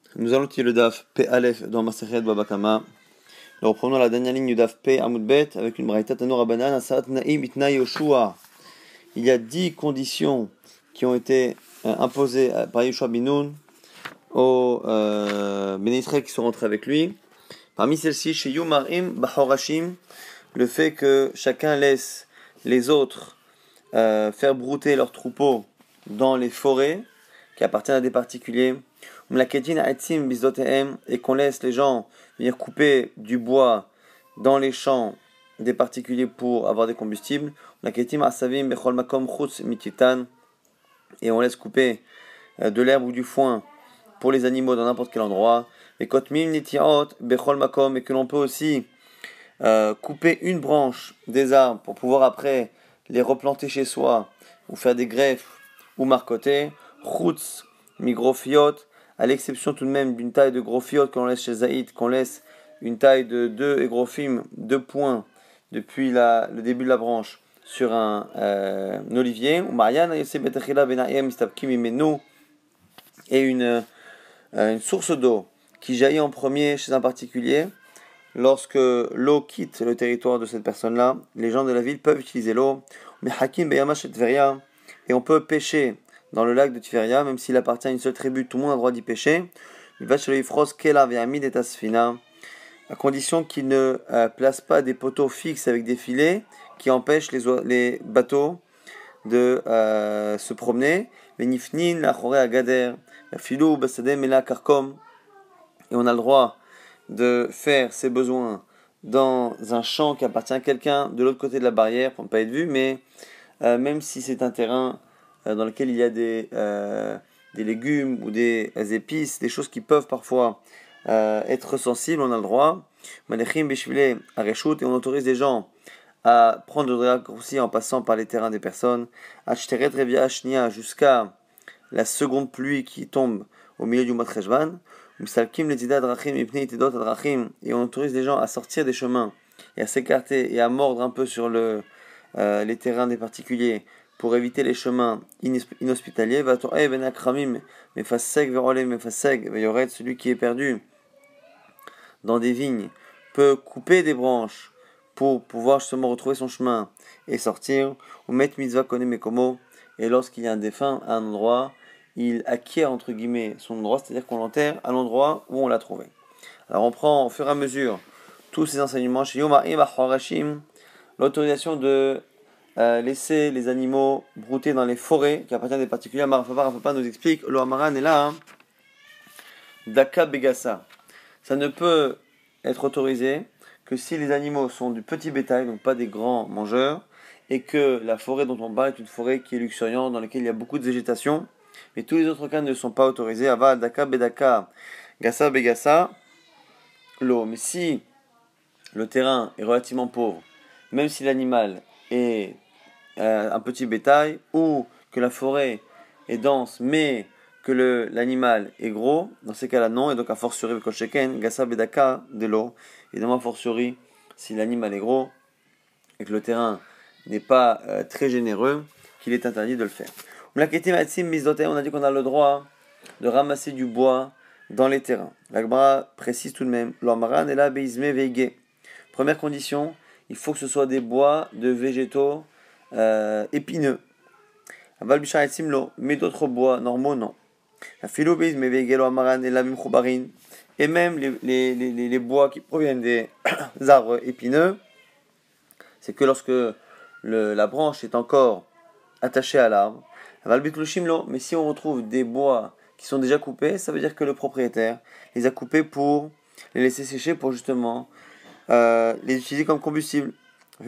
Nous allons tirer le DAF P Aleph dans Masechet Baba Kama. Nous reprenons la dernière ligne du DAF P Amud Bet avec une braïta Tano Rabbanan Asat Naim Itna Yoshua. Il y a 10 conditions qui ont été imposées par Yoshua bin Nun aux Béné Israël qui sont rentrés avec lui. Parmi celles-ci, chez Yumarim Bahorashim, le fait que chacun laisse les autres faire brouter leurs troupeaux dans les forêts qui appartiennent à des particuliers, et qu'on laisse les gens venir couper du bois dans les champs des particuliers pour avoir des combustibles, et on laisse couper de l'herbe ou du foin pour les animaux dans n'importe quel endroit, et que l'on peut aussi couper une branche des arbres pour pouvoir après les replanter chez soi ou faire des greffes ou marcoter, chutz migrofiot, à l'exception tout de même d'une taille de grofiot qu'on laisse chez Zaïd, qu'on laisse une taille de 2 égrofim, 2 points depuis le début de la branche sur un olivier, ou Mariana et une source d'eau qui jaillit en premier chez un particulier. Lorsque l'eau quitte le territoire de cette personne-là, les gens de la ville peuvent utiliser l'eau. Et on peut pêcher dans le lac de Tveria, même s'il appartient à une seule tribu, tout le monde a le droit d'y pêcher. À condition qu'il ne place pas des poteaux fixes avec des filets qui empêchent les bateaux de se promener. Et on a le droit de faire ses besoins dans un champ qui appartient à quelqu'un de l'autre côté de la barrière pour ne pas être vu, mais même si c'est un terrain dans lequel il y a des légumes ou des épices, des choses qui peuvent parfois être sensibles, on a le droit. Et on autorise les gens à prendre le raccourci en passant par les terrains des personnes, jusqu'à la seconde pluie qui tombe au milieu du mois de Cheshvan. Et on autorise les gens à sortir des chemins et à s'écarter et à mordre un peu sur les terrains des particuliers pour éviter les chemins inhospitaliers. Celui qui est perdu dans des vignes peut couper des branches pour pouvoir justement retrouver son chemin et sortir. Et lorsqu'il y a un défunt à un endroit, il acquiert entre guillemets son endroit, c'est-à-dire qu'on l'enterre à l'endroit où on l'a trouvé. Alors on prend au fur et à mesure tous ces enseignements chez Yomarim Achorashim, l'autorisation de laisser les animaux brouter dans les forêts qui appartiennent à des particuliers. Marafapa nous explique, le Hamaran est là, Daka Begassa. Ça ne peut être autorisé que si les animaux sont du petit bétail, donc pas des grands mangeurs, et que la forêt dont on parle est une forêt qui est luxuriante, dans laquelle il y a beaucoup de végétation, mais tous les autres cas ne sont pas autorisés. Ava, Daka, Bedaka, Gassa, Begassa, l'eau. Mais si le terrain est relativement pauvre, même si l'animal est un petit bétail, ou que la forêt est dense, mais que l'animal est gros, dans ces cas-là non, et donc a fortiori, Gassa, Bedaka, de l'eau, et donc a fortiori, si l'animal est gros, et que le terrain n'est pas très généreux, qu'il est interdit de le faire. On a dit qu'on a le droit de ramasser du bois dans les terrains. L'Agmara précise tout de même. Première condition, il faut que ce soit des bois de végétaux épineux. Mais d'autres bois normaux, non. Et même les bois qui proviennent des arbres épineux, c'est que lorsque la branche est encore attachée à l'arbre. Mais si on retrouve des bois qui sont déjà coupés, ça veut dire que le propriétaire les a coupés pour les laisser sécher pour justement les utiliser comme combustible. Et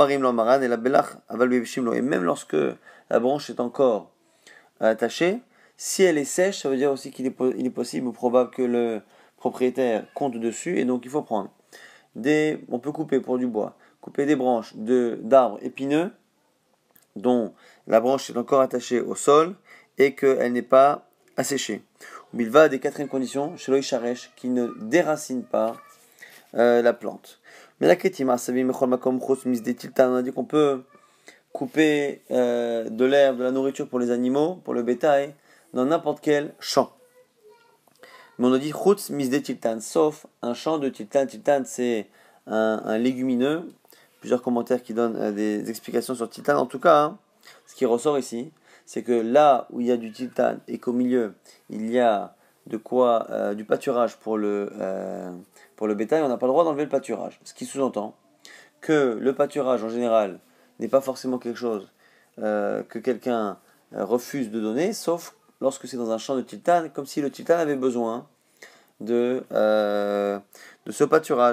même lorsque la branche est encore attachée, si elle est sèche, ça veut dire aussi qu'il est possible ou probable que le propriétaire compte dessus et donc il faut prendre. On peut couper pour du bois, couper des branches d'arbres épineux dont la branche est encore attachée au sol et qu'elle n'est pas asséchée. Il va des quatrième conditions, chez l'oï sharesh, qui ne déracine pas la plante. Mais la ketima, on a dit qu'on peut couper de l'herbe, de la nourriture pour les animaux, pour le bétail, dans n'importe quel champ. Mais on a dit chutz misde tiltan, sauf un champ de tiltan. Tiltan, c'est un légumineux. Plusieurs commentaires qui donnent des explications sur tiltan. En tout cas, hein, ce qui ressort ici, c'est que là où il y a du tiltan et qu'au milieu, il y a de quoi du pâturage pour le bétail, on n'a pas le droit d'enlever le pâturage. Ce qui sous-entend que le pâturage, en général, n'est pas forcément quelque chose que quelqu'un refuse de donner, sauf lorsque c'est dans un champ de tiltan, comme si le tiltan avait besoin de ce pâturage.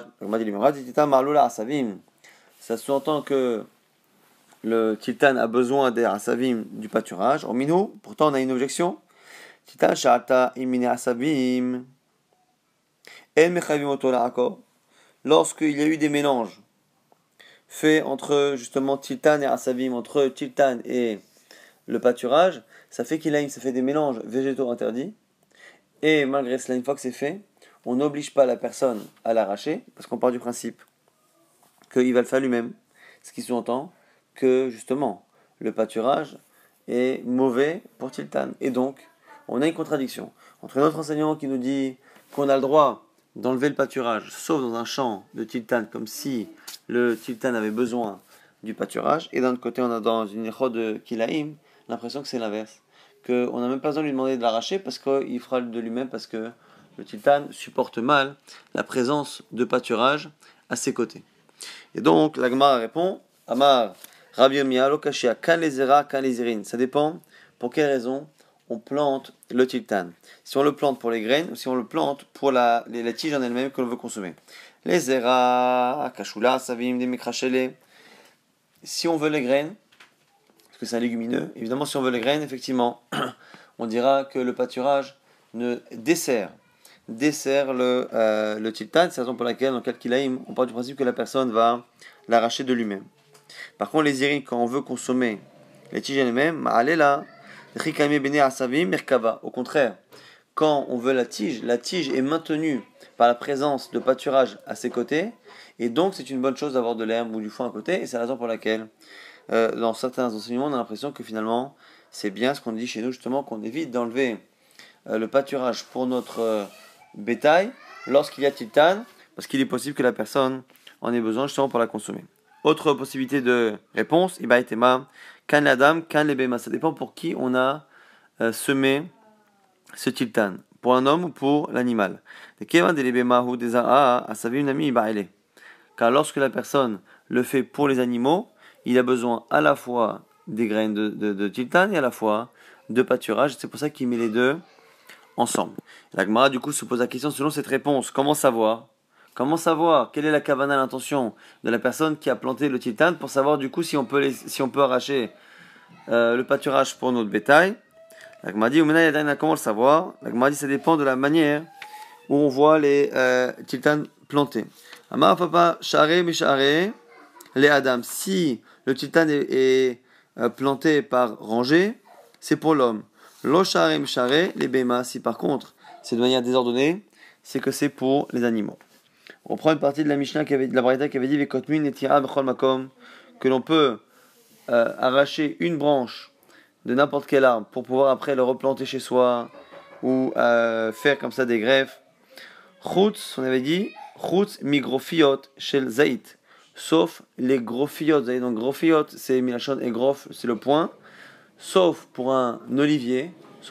Ça sous-entend que le tiltan a besoin des asavim du pâturage. Au minou, pourtant on a une objection. Tiltan sha'ata imine asavim el mechavim oto la'akor. Lorsqu'il y a eu des mélanges faits entre justement tiltan et asavim, entre tiltan et le pâturage, ça fait ça fait des mélanges végétaux interdits. Et malgré cela, une fois que c'est fait, on n'oblige pas la personne à l'arracher, parce qu'on part du principe qu'il va le faire lui-même. Ce qui sous-entend que justement, le pâturage est mauvais pour tiltan. Et donc, on a une contradiction entre notre enseignement qui nous dit qu'on a le droit d'enlever le pâturage, sauf dans un champ de tiltan, comme si le tiltan avait besoin du pâturage, et d'un autre côté, on a dans une échod de Kilaïm l'impression que c'est l'inverse, qu'on n'a même pas besoin de lui demander de l'arracher parce qu'il fera de lui-même, parce que le tiltan supporte mal la présence de pâturage à ses côtés. Et donc, la Gemara répond, Amar, Rabbi Yomia, Lokashia, kan les zera, kan les irin. Ça dépend pour quelle raison on plante le tiltan. Si on le plante pour les graines ou si on le plante pour la tige en elle-même que l'on veut consommer. Les zera, kashula, savim, des mikrachele. Si on veut les graines, parce que c'est un légumineux, évidemment, si on veut les graines, effectivement, on dira que le pâturage ne dessert le tiltan. C'est la raison pour laquelle, dans quel kilaïm, on part du principe que la personne va l'arracher de lui-même. Par contre, les irines, quand on veut consommer les tiges elles-mêmes, au contraire, quand on veut la tige est maintenue par la présence de pâturage à ses côtés, et donc c'est une bonne chose d'avoir de l'herbe ou du foin à côté, et c'est la raison pour laquelle, dans certains enseignements, on a l'impression que finalement, c'est bien ce qu'on dit chez nous, justement, qu'on évite d'enlever le pâturage pour notre bétail lorsqu'il y a tiltan, parce qu'il est possible que la personne en ait besoin justement pour la consommer. Autre possibilité de réponse, Iba etema, kan l'adam, kan lebema. Ça dépend pour qui on a semé ce tiltan. Pour un homme ou pour l'animal. Car lorsque la personne le fait pour les animaux, il a besoin à la fois des graines de tiltan et à la fois de pâturage. C'est pour ça qu'il met les deux ensemble. La Gemara du coup se pose la question selon cette réponse. Comment savoir quelle est la kavana, l'intention de la personne qui a planté le tiltan pour savoir du coup si on peut arracher le pâturage pour notre bétail. La Gemara dit comment le savoir. La Gemara dit ça dépend de la manière où on voit les tiltan plantés. Amar papa share mishare les adam. Si le tiltan est planté par rangée, c'est pour l'homme. Lo share mishare les bema. Si par contre c'est de manière désordonnée, c'est que c'est pour les animaux. On prend une partie de la Mishnah de la Braïta qui avait dit Vekotmin et Tira Bechol Makom, que l'on peut arracher une branche de n'importe quel arbre pour pouvoir après le replanter chez soi ou faire comme ça des greffes. Chutz, on avait dit Chutz migrofiot shel zait, sauf les grofiot. Donc grofiot, c'est milachon et grof, c'est le point. Sauf pour un olivier,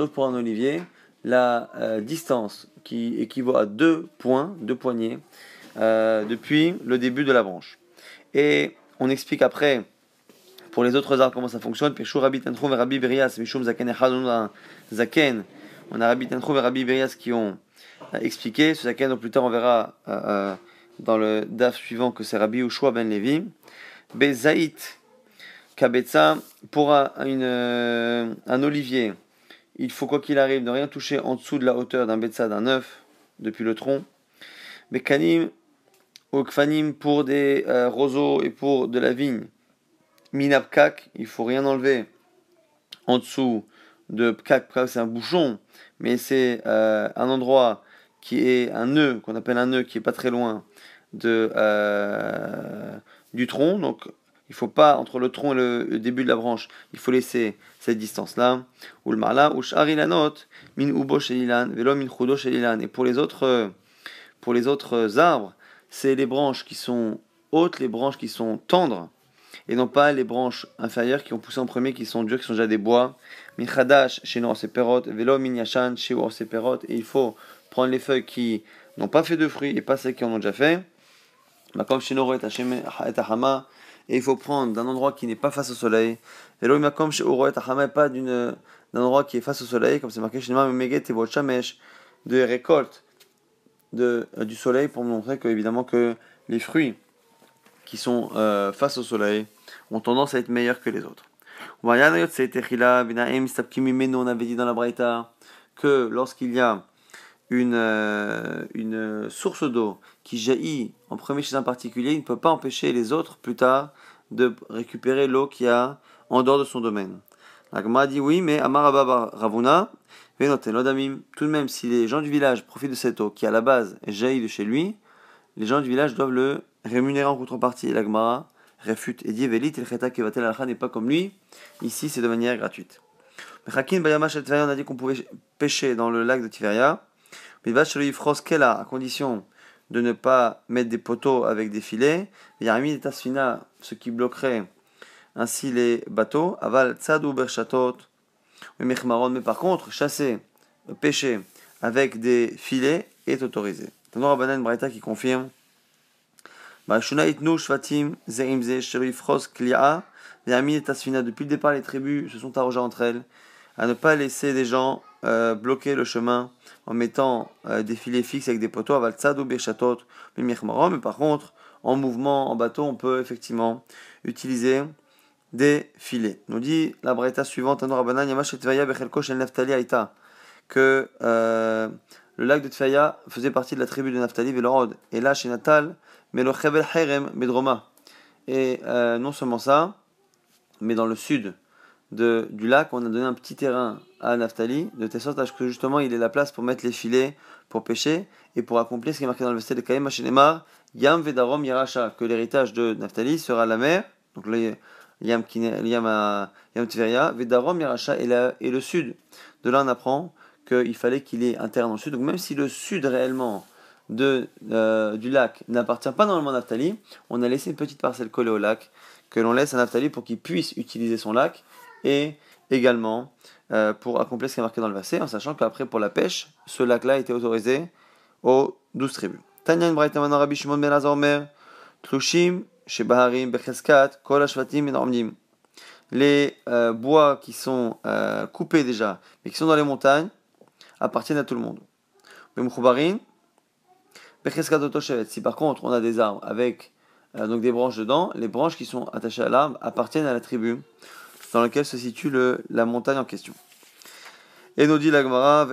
la distance qui équivaut à 2 points, 2 poignées. Depuis le début de la branche. Et on explique après, pour les autres arbres, comment ça fonctionne. Peshur Rabbi Tanchum et Rabbi Berias, Mishum Zaken Echad, on a Zaken, on a Rabbi Tanchum et Rabbi Berias qui ont expliqué. Ce Zaken, donc plus tard on verra dans le daf suivant que c'est Rabbi Ushua ben Levi. Bezaït Kabetza, pour un olivier, il faut quoi qu'il arrive ne rien toucher en dessous de la hauteur d'un betza, d'un œuf, depuis le tronc. Bekanim ou kfanim, pour des roseaux et pour de la vigne. Minapkak, il faut rien enlever en dessous de pkak. Pkak, c'est un bouchon, mais c'est un endroit qui est un nœud, qu'on appelle un nœud, qui est pas très loin du tronc. Donc Il faut pas, entre le tronc et le début de la branche, il faut laisser cette distance-là. Ou le marla, ou sharilanot, min ubo shelilan, velo min chudo shelilan. Et pour les autres arbres, c'est les branches qui sont hautes, les branches qui sont tendres, et non pas les branches inférieures qui ont poussé en premier, qui sont dures, qui sont déjà des bois. Min chadash chez nos perot, velo min yashan chez perot. Et il faut prendre les feuilles qui n'ont pas fait de fruits et pas celles qui en ont déjà fait. Makom chez nos et hama. Et il faut prendre d'un endroit qui n'est pas face au soleil. Velo makom chez oro et hama, et pas d'un endroit qui est face au soleil, comme c'est marqué chez Nema Meget et Vot Shamesh, de récolte du soleil, pour montrer que, évidemment, que les fruits qui sont face au soleil ont tendance à être meilleurs que les autres. On avait dit dans la Braïta que lorsqu'il y a une source d'eau qui jaillit en premier chez un particulier, il ne peut pas empêcher les autres plus tard de récupérer l'eau qu'il y a en dehors de son domaine. La Gemara dit oui, mais Amaraba Ravuna, Venoten tout de même, si les gens du village profitent de cette eau qui à la base jaillit de chez lui, les gens du village doivent le rémunérer en contrepartie. Et la Gemara réfute et dit Velit el cheta kevatel alcha n'est pas comme lui. Ici, c'est de manière gratuite. Mechakin bayama shel Tveria, on a dit qu'on pouvait pêcher dans le lac de Tiveria. Bilvat shel yifros kela, à condition de ne pas mettre des poteaux avec des filets. Yarmi et tasfina, ce qui bloquerait ainsi les bateaux. Aval tzadu berchatot. Mais par contre, chasser, pêcher avec des filets est autorisé. Tanor Abanan Braïta qui confirme. Depuis le départ, les tribus se sont arrogées entre elles à ne pas laisser des gens bloquer le chemin en mettant des filets fixes avec des poteaux. Mais par contre, en mouvement, en bateau, on peut effectivement utiliser des filets. Nous dit la braïta suivante, que le lac de Tfaya faisait partie de la tribu de Naphtali, Velorod, et là chez Natal, mais le Chevel Herem Bedroma. Et non seulement ça, mais dans le sud du lac, on a donné un petit terrain à Naphtali, de telle sorte à ce que justement il ait la place pour mettre les filets, pour pêcher, et pour accomplir ce qui est marqué dans le verset de Kaïm Hashenemar, Yam Vedarom Yaracha, que l'héritage de Naphtali sera la mer, donc le Yam Tveria, Vedarom Yaracha, et le sud. De là on apprend qu'il fallait qu'il ait un terrain dans le sud, donc même si le sud réellement du lac n'appartient pas normalement à Naphtali, on a laissé une petite parcelle collée au lac, que l'on laisse à Naphtali pour qu'il puisse utiliser son lac, et également pour accomplir ce qui est marqué dans le verset, en sachant qu'après pour la pêche, ce lac-là était autorisé aux 12 tribus. Tanyan Braïtaman Rabbi Shimon ben Elazar Omer, Tlushim, Shebaharim, Becheskat, Kol Ashvatim, Enormdim. Les bois qui sont coupés déjà, mais qui sont dans les montagnes, appartiennent à tout le monde. Bemchoubarin, Becheskat Otoshevet. Si par contre on a des arbres avec donc des branches dedans, les branches qui sont attachées à l'arbre appartiennent à la tribu dans laquelle se situe la montagne en question. Et nous dit la Gemara,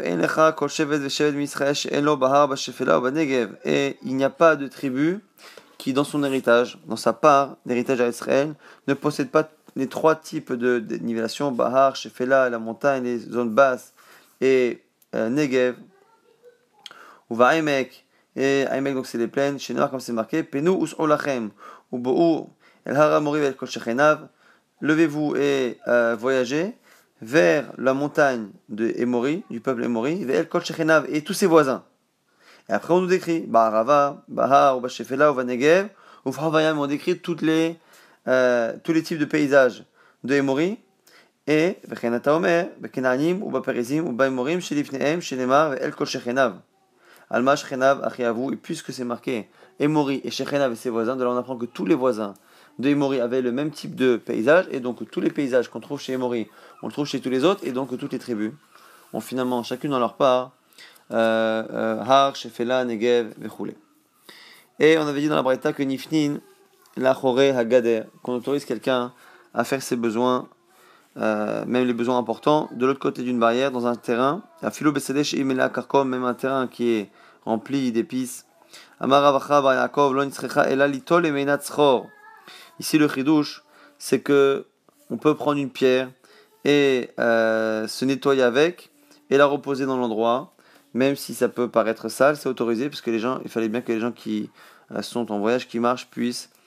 et il n'y a pas de tribu qui dans son héritage, dans sa part d'héritage à Israël, ne possède pas les trois types de nivellation, Bahar, Shefela, la montagne, les zones basses, et Negev, ou Vaemek, et Aimek, donc c'est les plaines, chez Noir, comme c'est marqué, Penu us'u lachem, ou Bo'u, El Haramori, El Kol Shechenav, levez-vous et voyagez vers la montagne de Émori, du peuple Émori, El Kol Shechenav, et tous ses voisins. Et après on nous décrit, Ba'arava, Bahar, ou Bashefela, ou Vanegev, ou Fravayam, on décrit tous les types de paysages de Émori, et Vechenata Omer, Bekenanim, ou Baperizim, ou Baemorim, Shelifneem, Shenemar, El Kol Shechenav. Alma Shechenav, Achiavu, et puisque c'est marqué Émori et Shechenav et ses voisins, de là on apprend que tous les voisins de Émori avaient le même type de paysage, et donc tous les paysages qu'on trouve chez Émori, on le trouve chez tous les autres, et donc toutes les tribus ont finalement chacune dans leur part Har, Shefela, Negev, Vechoulé. Et on avait dit dans la Braïta que Nifnin, la Choré, Hagader, qu'on autorise quelqu'un à faire ses besoins, même les besoins importants, de l'autre côté d'une barrière, dans un terrain, à Philo Besedesh, Imela, Karkom, même un terrain qui est rempli d'épices. Amara Vacha, Bar Yaakov, Lon Yitzrecha, Ela Litol, Emeinat Tzchor. Ici, le chidouche, c'est que on peut prendre une pierre et se nettoyer avec et la reposer dans l'endroit, même si ça peut paraître sale, c'est autorisé, parce que il fallait bien que les gens qui sont en voyage, qui marchent, puissent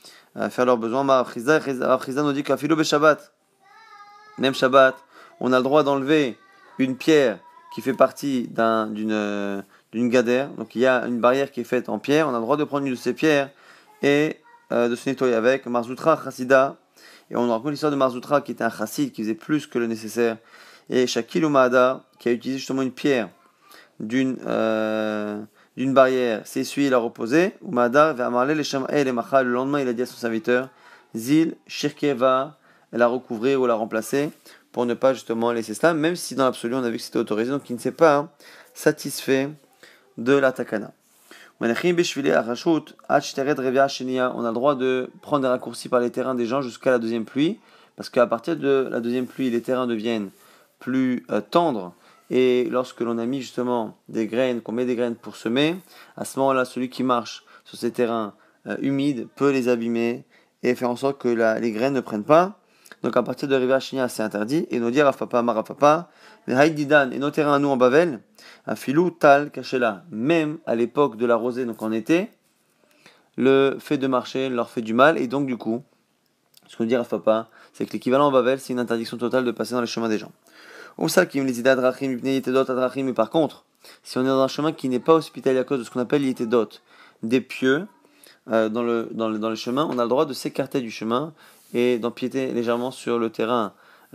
faire leurs besoins. Rav Chizda nous dit qu'Afilo Shabbat, même Shabbat, on a le droit d'enlever une pierre qui fait partie d'une gadère. Donc il y a une barrière qui est faite en pierre. On a le droit de prendre une de ces pierres et de se nettoyer avec. Marzoutra Chassida. Et on raconte l'histoire de Marzoutra qui était un chassid qui faisait plus que le nécessaire. Et Shakil Umahada qui a utilisé justement une pierre d'une barrière, s'est essuyé, il a reposé. Umahada vers Amarle les Shamae les Macha. Le lendemain, il a dit à son serviteur Zil Shirkeva, elle a recouvré ou l'a remplacé pour ne pas justement laisser cela, même si dans l'absolu on a vu que c'était autorisé, donc il ne s'est pas satisfait de la takana. On a le droit de prendre des raccourcis par les terrains des gens jusqu'à la deuxième pluie, parce qu'à partir de la deuxième pluie, les terrains deviennent plus tendres, et lorsque l'on a mis justement des graines, qu'on met des graines pour semer, à ce moment-là, celui qui marche sur ces terrains humides peut les abîmer et faire en sorte que les graines ne prennent pas. Donc à partir de Rivière Shinia, c'est interdit. Et nous dire Rafapa, Marafapa, mais Haïdidan et nos terrains à nous en Bavel, un filou tal caché là, même à l'époque de la rosée, donc en été, le fait de marcher leur fait du mal. Et donc du coup, ce qu'on dit Rafapa, c'est que l'équivalent en Bavel, c'est une interdiction totale de passer dans les chemins des gens. Ou ça qui me les idées adrachim, mais par contre, si on est dans un chemin qui n'est pas hospitalier à cause de ce qu'on appelle l'itedot, des pieux, dans les chemins, on a le droit de s'écarter du chemin et d'empiéter légèrement sur le terrain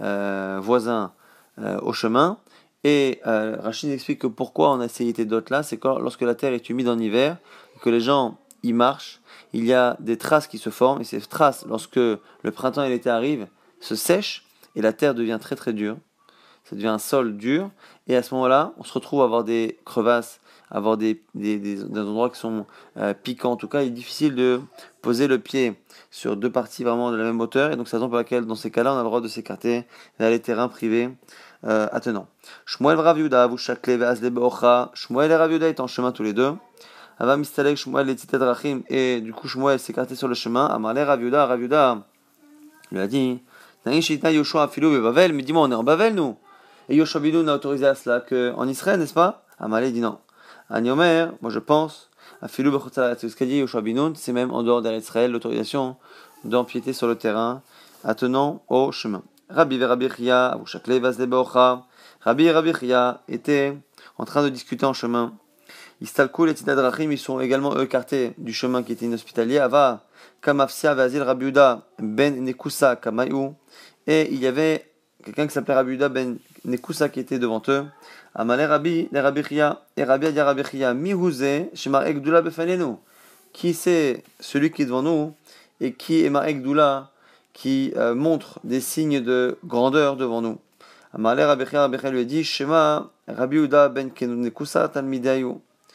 voisin au chemin. Et Rachid explique que pourquoi on a ces itedot là, c'est que lorsque la terre est humide en hiver, que les gens y marchent, il y a des traces qui se forment, et ces traces, lorsque le printemps et l'été arrivent, se sèchent, et la terre devient très très dure. Ça devient un sol dur, et à ce moment-là, on se retrouve à avoir des crevasses, à avoir des endroits qui sont piquants. En tout cas, il est difficile de poser le pied sur deux parties vraiment de la même hauteur, et donc c'est la raison pour laquelle, dans ces cas-là, on a le droit de s'écarter vers les terrains privés attenants. Shmuel Rav Yehuda, Vushakle ve'azle be'ocha. Shmuel et Rav Yehuda étaient en chemin tous les deux. Ava mistalek Shmuel et Tzitet Rachim, et du coup Shmuel s'écartait sur le chemin. Amarle Rav Yehuda lui a dit Naïn Shitna Yoshua Afilo Bavel, mais dis-moi, on est en Bavel nous. Et Yoshua Binoun a autorisé à cela qu'en Israël, n'est-ce pas? Amalé dit non. Aniomer, moi je pense, Afilo Bechotzalat, ce qu'a dit Yoshua Binoun, c'est même en dehors d'Israël l'autorisation d'empiéter sur le terrain attenant au chemin. Rabbi et Rabbi Chia, Vushakle Vazle Beocha. Rabbi et Rabbi Chia étaient en train de discuter en chemin. Istalkou et Tidad Rachim, ils sont également écartés du chemin qui était inhospitalier. Ava, Kamafsia, Vazil, Rabbi Uda, Ben Nekusa, Kamayou. Et il y avait quelqu'un qui s'appelait Rabbi Uda, Ben Nekusa, qui était devant eux. Amalé Rabbi, les Rabbi Chia, et Rabbi Adia Rabbi Chia, Mihouze, Shemar Ekdula Befanenu. Qui c'est celui qui est devant nous et qui est Mar Ekdula, qui montre des signes de grandeur devant nous. Amalé Rabbi Chia lui a dit Shema Rabbi Uda, Ben Nekusa, Talmidayu.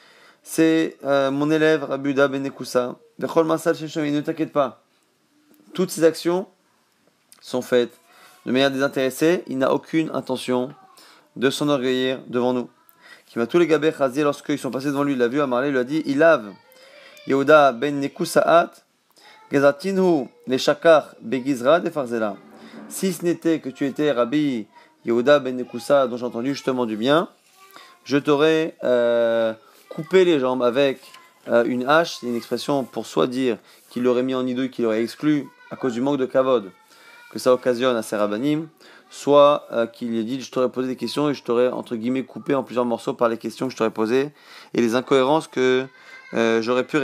C'est mon élève Rabbi Uda Ben Nekusa. Ne t'inquiète pas. Toutes ces actions sont faites de manière désintéressée. Il n'a aucune intention de s'enorgueillir devant nous. Qui m'a tous les gabés chazé lorsqu'ils sont passés devant lui, il l'a vu, Amarlé lui a dit Ilav Yehuda Ben Nekusaat Gezatinhu les Shakar Begizra de Farzela. Si ce n'était que tu étais Rabbi Yehuda Ben Nekusa, dont j'ai entendu justement du bien, je t'aurais coupé les jambes avec une hache. C'est une expression pour soit dire qu'il l'aurait mis en idouille, qu'il l'aurait exclu à cause du manque de kavod que ça occasionne à ses rabbanim, soit qu'il lui dit je t'aurais posé des questions et je t'aurais entre guillemets coupé en plusieurs morceaux par les questions que je t'aurais posées et les incohérences que j'aurais pu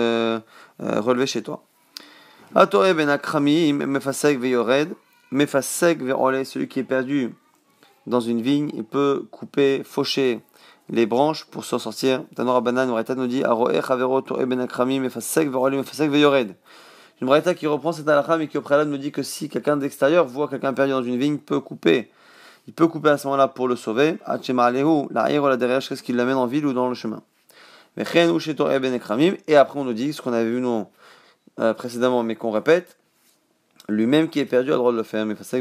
relever chez toi. Atore ben akramim mefasek veyored mefasek ve'ole, celui qui est perdu dans une vigne, il peut couper, faucher les branches pour s'en sortir. Tanor Abanan Oraita nous dit Aroe chavero tore ben akramim mefasek ve'ole mefasek veyored. Une braïta qui reprend cette halakha mais qui au préalable nous dit que si quelqu'un d'extérieur voit quelqu'un perdu dans une vigne, il peut couper à ce moment-là pour le sauver. Jusqu'à ce qu'il l'amène en ville ou dans le chemin. Et après on nous dit ce qu'on avait vu nous précédemment mais qu'on répète, lui-même qui est perdu a le droit de le faire. Mais jusqu'à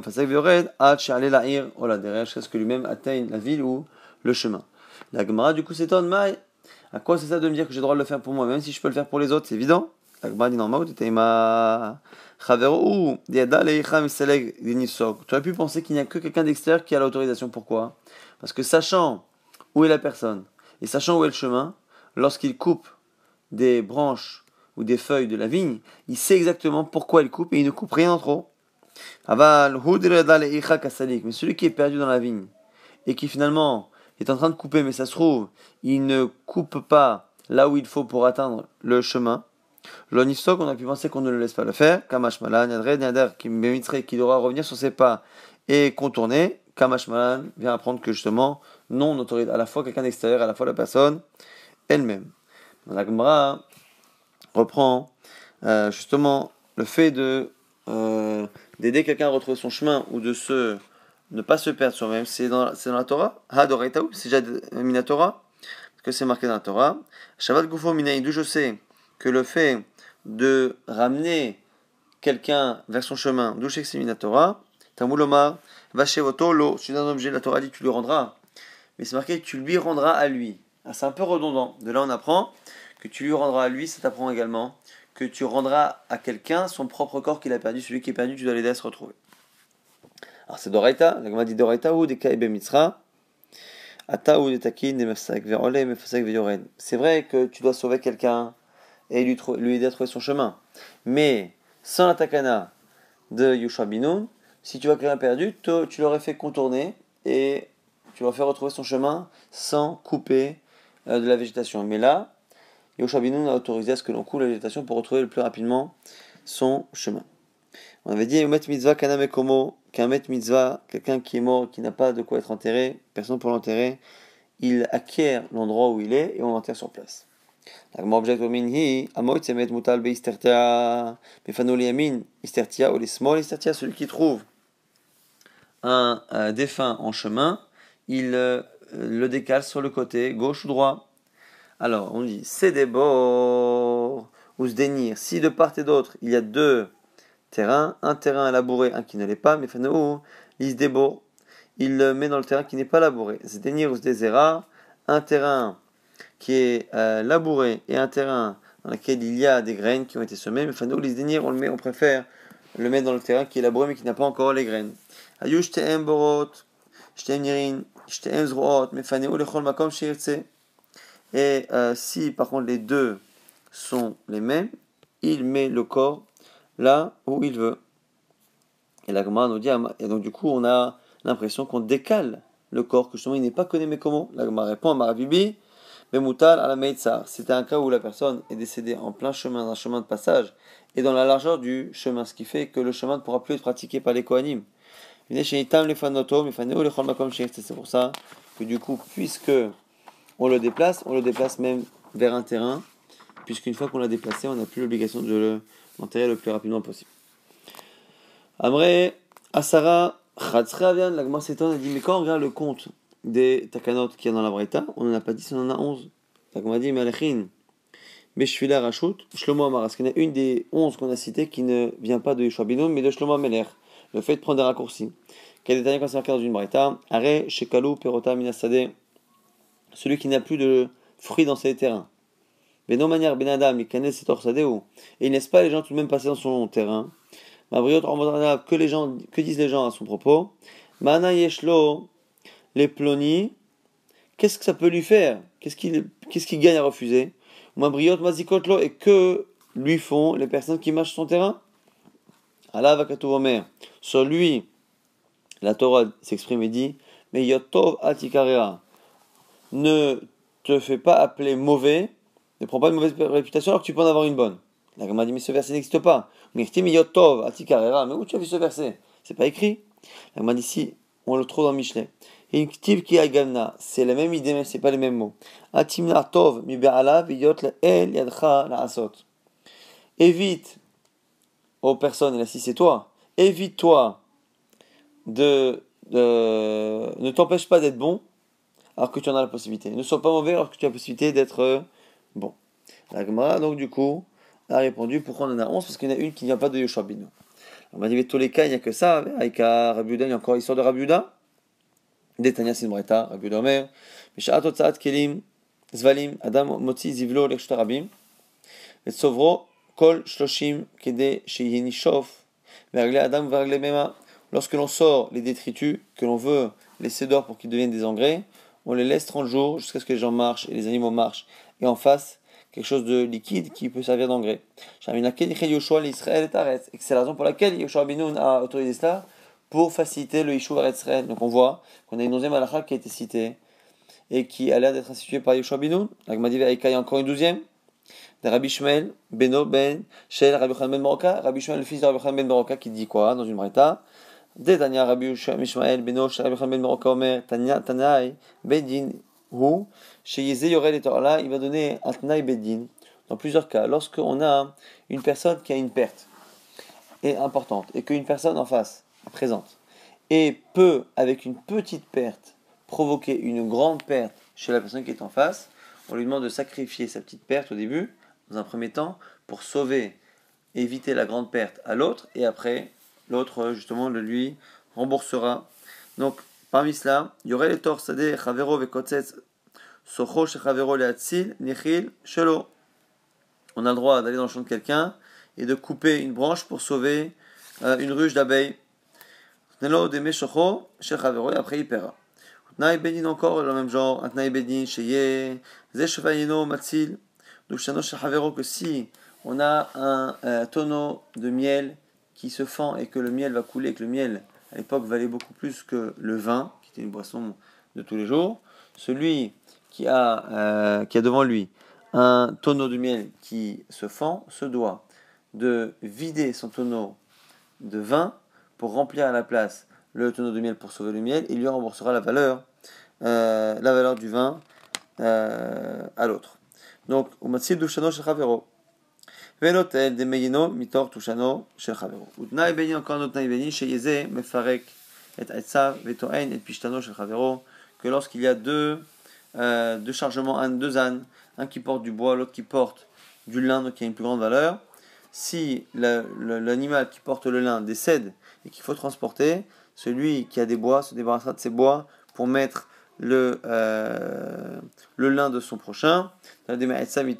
ce que lui-même atteigne la ville ou le chemin. La Gemara du coup s'étonne, mais à quoi c'est ça de me dire que j'ai le droit de le faire pour moi, même si je peux le faire pour les autres, c'est évident. Tu aurais pu penser qu'il n'y a que quelqu'un d'extérieur qui a l'autorisation. Pourquoi? Parce que sachant où est la personne et sachant où est le chemin, lorsqu'il coupe des branches ou des feuilles de la vigne, il sait exactement pourquoi il coupe et il ne coupe rien en trop. Aval, mais celui qui est perdu dans la vigne et qui finalement est en train de couper, mais ça se trouve, il ne coupe pas là où il faut pour atteindre le chemin. L'onifsok, on a pu penser qu'on ne le laisse pas le faire. Kamash malan, yadre, yadar, qui mériterait qu'il devra revenir sur ses pas et contourner. Kamash malan vient apprendre que justement, non, on autorise à la fois quelqu'un d'extérieur, à la fois la personne elle-même. La Gemara reprend justement le fait d'aider quelqu'un à retrouver son chemin ou de ne pas se perdre soi-même. C'est dans la Torah. Hadoraitaou, c'est déjà mis la Torah, parce que c'est marqué dans la Torah. Shabbat Gufo Minaï, d'où je sais que le fait de ramener quelqu'un vers son chemin, d'où je sais que c'est mis la Torah. Tamulomar, Vachevoto, lo, c'est un objet, la Torah dit tu lui rendras. Mais c'est marqué tu lui rendras à lui. Ah, c'est un peu redondant. De là on apprend que tu lui rendras à lui, ça t'apprend également que tu rendras à quelqu'un son propre corps qu'il a perdu. Celui qui est perdu, tu dois l'aider à se retrouver. Alors c'est Doraita, la Gemara dit Doraita ou des Kaebe Mitzra, Ata ou des Takin, des Mefsak Verole, Mefsak Veyoren. C'est vrai que tu dois sauver quelqu'un et lui aider à trouver son chemin. Mais sans la takana de Yushua Binoun, si tu vois quelqu'un perdu, tu l'aurais fait contourner et tu l'aurais fait retrouver son chemin sans couper de la végétation. Mais là, Yushua Binoun a autorisé à ce que l'on coupe la végétation pour retrouver le plus rapidement son chemin. On avait dit Met Mitzvah Kaname Komo, qu'un Met Mitzvah, quelqu'un qui est mort, qui n'a pas de quoi être enterré, personne pour l'enterrer, il acquiert l'endroit où il est et on l'enterre sur place. L'objet au minhi, Amoit Semet Mutal Be Istertia, Mefano Liamin, Istertia ou les Small Istertia, celui qui trouve un défunt en chemin, il le décale sur le côté gauche ou droit. Alors, on dit, c'est des bords, ou se dénir. Si de part et d'autre, il y a deux terrains, un terrain labouré, un qui ne l'est pas, mais fanou, il se débord. Il le met dans le terrain qui n'est pas labouré. Se dénir ou se désera, un terrain qui est labouré et un terrain dans lequel il y a des graines qui ont été semées, mais fanou, il se dénir, on préfère le mettre dans le terrain qui est labouré mais qui n'a pas encore les graines. Ayush te'em borot, sh'te'em nirin, sh'te'em zroot, mais fanou, lechol makom shirtse. Et si par contre les deux sont les mêmes, il met le corps là où il veut. Et la Gemara nous dit, et donc du coup on a l'impression qu'on décale le corps, que justement il n'est pas connu mais comment. La Gemara répond à Marabibi, Memoutal à la Meitsar. C'était un cas où la personne est décédée en plein chemin, d'un chemin de passage, et dans la largeur du chemin, ce qui fait que le chemin ne pourra plus être pratiqué par les Kohanim. C'est pour ça que du coup, puisque on le déplace même vers un terrain, puisqu'une fois qu'on l'a déplacé, on n'a plus l'obligation de l'enterrer le plus rapidement possible. Amre, Asara, Chatzreavian, la Gemara s'étonne, elle dit, mais quand on regarde le compte des takanot qu'il y a dans la Braïta, on n'en a pas 10, on en a 11. La Gemara dit, Malachin, Beshvila Rashut, Shlomo Amar, parce qu'il y en a une des 11 qu'on a citées qui ne vient pas de Yeshua Binoun, mais de Shlomo Ameler, le fait de prendre des raccourcis. Quel détail quand c'est marqué dans une Braïta, Are, Shekalu, Perota, Minasade, celui qui n'a plus de fruits dans ses terrains. Mais non manière Benadam, il connaît ses torsadéo. Et il ne laisse pas les gens tout de même passer dans son terrain. Que disent les gens à son propos? Mana Yeshlo, les ploni, qu'est-ce que ça peut lui faire? Qu'est-ce qu'il gagne à refuser? Mabriot Mazikotlo, et que lui font les personnes qui marchent sur son terrain? Allah Vakatu Omer. Sur lui, la Torah s'exprime et dit, mais Yotov Atikarera. Ne te fais pas appeler mauvais, ne prends pas une mauvaise réputation alors que tu peux en avoir une bonne. La Gemara dit, mais ce verset n'existe pas. Mais où tu as vu ce verset? C'est pas écrit. La Gemara dit, si, on le trouve dans Michelet. Et qui a gamna, c'est la même idée, mais c'est pas les mêmes mots. Atimna tov mi be'ala v'yot el yadcha la'asot. Évite aux personnes, et là si c'est toi, évite-toi ne t'empêche pas d'être bon alors que tu en as la possibilité. Ne sois pas mauvais alors que tu as la possibilité d'être bon. La Gemara, donc du coup, a répondu pourquoi on en a 11 parce qu'il y en a une qui ne vient pas de Yoshua Binoun. On m'a dit, mais tous les cas, il n'y a que ça. Avec Rabbi Yehuda, il y a encore l'histoire de Rabbi Yehuda. Détania Sinbreta, Rabbi Yehuda Omer. Mishat Otsaat Kelim, Zvalim, Adam Motzi Zivlo, Lechta Rabim. Et Sovro, Kol Shloshim, Kede, Sheyini Shof, Vergle Adam, Vergle Mema. Lorsque l'on sort les détritus, que l'on veut laisser dehors pour qu'ils deviennent des engrais, on les laisse 30 jours jusqu'à ce que les gens marchent et les animaux marchent et en face quelque chose de liquide qui peut servir d'engrais. Et que c'est la raison pour laquelle Yoshua Binoun a autorisé cela pour faciliter le Yishuv Eretz Israël. Donc on voit qu'on a une 11e halakha qui a été citée et qui a l'air d'être instituée par Yoshua Binoun. La Gemara dit il y a encore une 12e. De Rabbi Shmuel, Beno Ben, Shel, Rabbi Yochanan Ben Baroka. Rabbi Shmuel, le fils de Rabbi Yochanan Ben Baroka, qui dit quoi dans une braïta? De Tanya Rabbi Shmuel, Beno, Shel, Rabbi Yochanan Ben Baroka, Omer, Tanaï, Bedin, Hu, chez Yezé Yorel et Torah, il va donner un Tanaï Bedin. Dans plusieurs cas, lorsqu'on a une personne qui a une perte est importante et qu'une personne en face est présente et peut, avec une petite perte, provoquer une grande perte chez la personne qui est en face, on lui demande de sacrifier sa petite perte au début, dans un premier temps, pour sauver, éviter la grande perte à l'autre, et après, l'autre, justement, le lui remboursera. Donc, parmi cela, il y aurait les torts, sadeh, chavero, vekotzetz, socho, shechavero, leatzil, nechil, shelo. On a le droit d'aller dans le champ de quelqu'un et de couper une branche pour sauver une ruche d'abeilles. Nelo, deme, shocho, shechavero, et après, il paiera. Tnaï Bedin encore, le même genre, un Tnaï Bedin, Sheye, Zeshvayeno, Matzil, Dushano Shahavero, que si on a un tonneau de miel qui se fend et que le miel va couler, et que le miel à l'époque valait beaucoup plus que le vin, qui était une boisson de tous les jours, celui qui a devant lui un tonneau de miel qui se fend se doit de vider son tonneau de vin pour remplir à la place le tonneau de miel pour sauver le miel, il lui remboursera la valeur du vin à l'autre. Donc, umatsil dushano shel chavero. Velotel de meyino mitor tushano shel chavero. Utnai beni encore un autre tnaï beni sheyeze mefarek et aitzav vetoen et pishtano shel chavero, que lorsqu'il y a deux chargements, deux ânes, un qui porte du bois, l'autre qui porte du lin, donc qui a une plus grande valeur, si l'animal qui porte le lin décède et qu'il faut transporter, celui qui a des bois se débarrassera de ses bois pour mettre le lin de son prochain. C'est la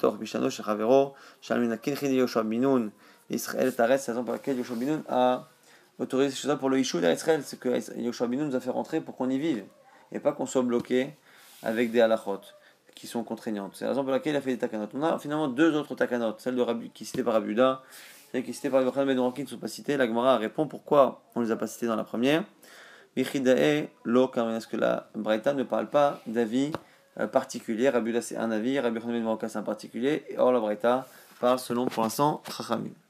raison pour laquelle Yoshua Binoun a autorisé ces choses-là pour le Yishuv d'Israël. C'est que Yoshua Binoun nous a fait rentrer pour qu'on y vive et pas qu'on soit bloqué avec des halachot qui sont contraignantes. C'est la raison pour laquelle il a fait des takanot. On a finalement deux autres takanot, celle de Rabbi, qui est citée par Rabbi Uda, celle qui est citée par Yochanan Ben Baroka, qui ne sont pas citées. La Gemara répond pourquoi on ne les a pas citées dans la première. Bichidae lo, car est-ce que la Braïta ne parle pas d'avis particulier. Rabbi Uda c'est un avis, Rabbi Yochanan Ben Baroka c'est un particulier, et or la Braïta parle selon pour l'instant Chachamim.